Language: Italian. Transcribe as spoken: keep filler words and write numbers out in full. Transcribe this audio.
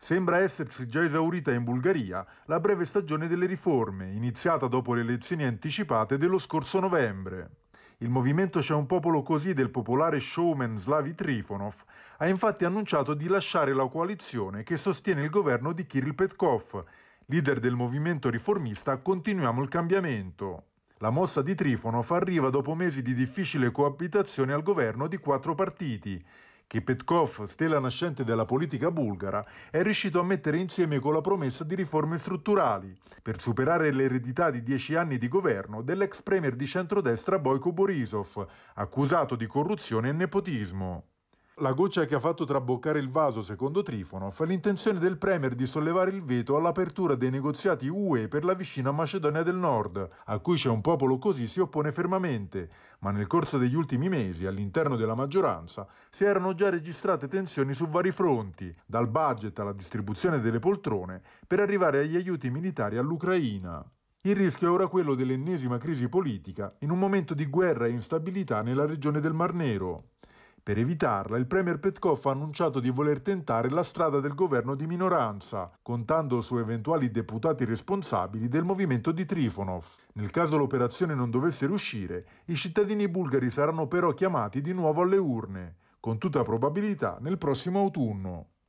Sembra essersi già esaurita in Bulgaria la breve stagione delle riforme, iniziata dopo le elezioni anticipate dello scorso novembre. Il movimento C'è un popolo così del popolare showman Slavi Trifonov ha infatti annunciato di lasciare la coalizione che sostiene il governo di Kirill Petkov, leader del movimento riformista Continuiamo il cambiamento. La mossa di Trifonov arriva dopo mesi di difficile coabitazione al governo di quattro partiti, che Petkov, stella nascente della politica bulgara, è riuscito a mettere insieme con la promessa di riforme strutturali, per superare l'eredità di dieci anni di governo dell'ex premier di centrodestra Boyko Borisov, accusato di corruzione e nepotismo. La goccia che ha fatto traboccare il vaso, secondo Trifonov, è l'intenzione del premier di sollevare il veto all'apertura dei negoziati U E per la vicina Macedonia del Nord, a cui C'è un popolo così si oppone fermamente, ma nel corso degli ultimi mesi, all'interno della maggioranza, si erano già registrate tensioni su vari fronti, dal budget alla distribuzione delle poltrone, per arrivare agli aiuti militari all'Ucraina. Il rischio è ora quello dell'ennesima crisi politica, in un momento di guerra e instabilità nella regione del Mar Nero. Per evitarla, il premier Petkov ha annunciato di voler tentare la strada del governo di minoranza, contando su eventuali deputati responsabili del movimento di Trifonov. Nel caso l'operazione non dovesse riuscire, i cittadini bulgari saranno però chiamati di nuovo alle urne, con tutta probabilità nel prossimo autunno.